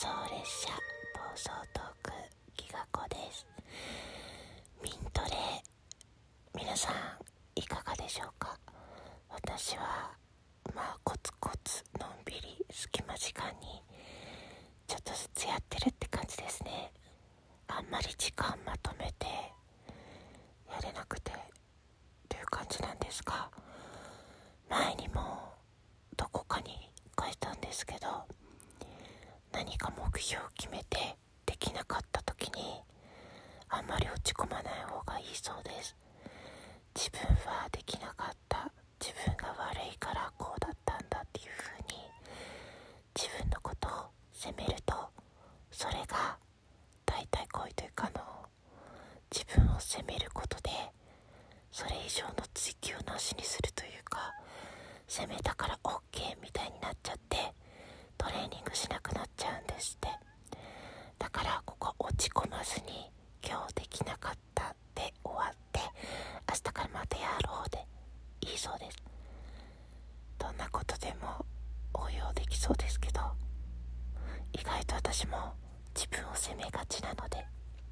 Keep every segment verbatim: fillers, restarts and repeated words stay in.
送列車暴走トークギガ子です。ミントレ皆さんいかがでしょうか。私はまあコツコツのんびり隙間時間にちょっとずつやってるって感じですね。あんまり時間まとめてやれなくてという感じなんですが、前にもどこかに書いたんですけど、何か目標を決めてできなかった時にあんまり落ち込まない方がいいそうです。自分はできなかった、自分が悪いからこうだったんだっていう風に自分のことを責めると、それが大体こういうというかの自分を責めることでそれ以上の追求をなしにするというか、責めたから OK みたいになっちゃってトレーニングしなくなっちゃうんですって。だからここ落ち込まずに今日できなかったで終わって明日からまたやろうでいいそうです。どんなことでも応用できそうですけど、意外と私も自分を責めがちなので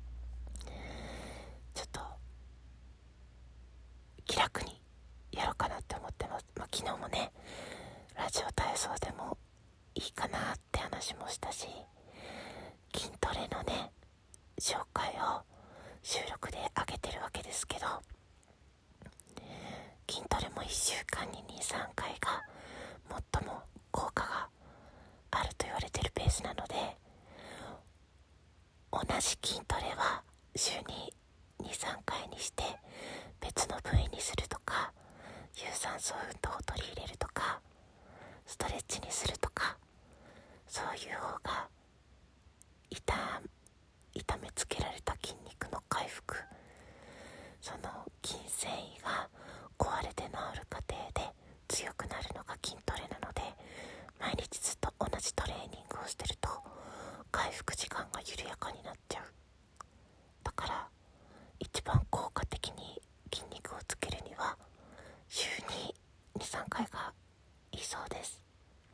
ちょっと気楽にやろうかなって思ってます。まあ、昨日もねラジオ体操でもいいかなって話もしたし、筋トレのね紹介を収録で上げてるわけですけど、筋トレもいっしゅうかんに にさんかいが最も効果があると言われてるペースなので、同じ筋トレは週に にさんかいにして別の部位にするとか、有酸素運動を取り入れるとかストレッチにするとか、そういう方が痛痛めつけられた筋肉の回復、その筋繊維が壊れて治る過程で強くなるのが筋トレなので、毎日ずっと同じトレーニングをしてると回復時間が緩やかになっちゃう。だから一番効果的に筋肉をつけるには週に にさんかいがいいそうです。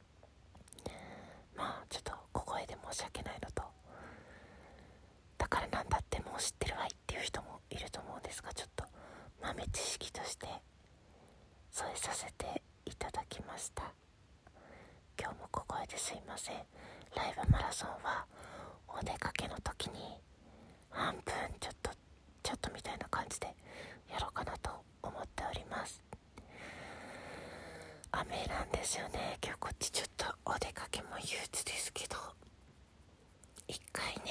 まあちょっと小声で申し訳ないのと、だからなんだってもう知ってるわいっていう人もいると思うんですが、ちょっと豆知識として添えさせていただきました。今日も小声ですいません。ライブマラソンはお出かけの時に半分ちょっとちょっとみたいな感じでやろうかなと思っております。雨なんですよね今日こっち。ちょっとお出かけも憂鬱ですけど、一回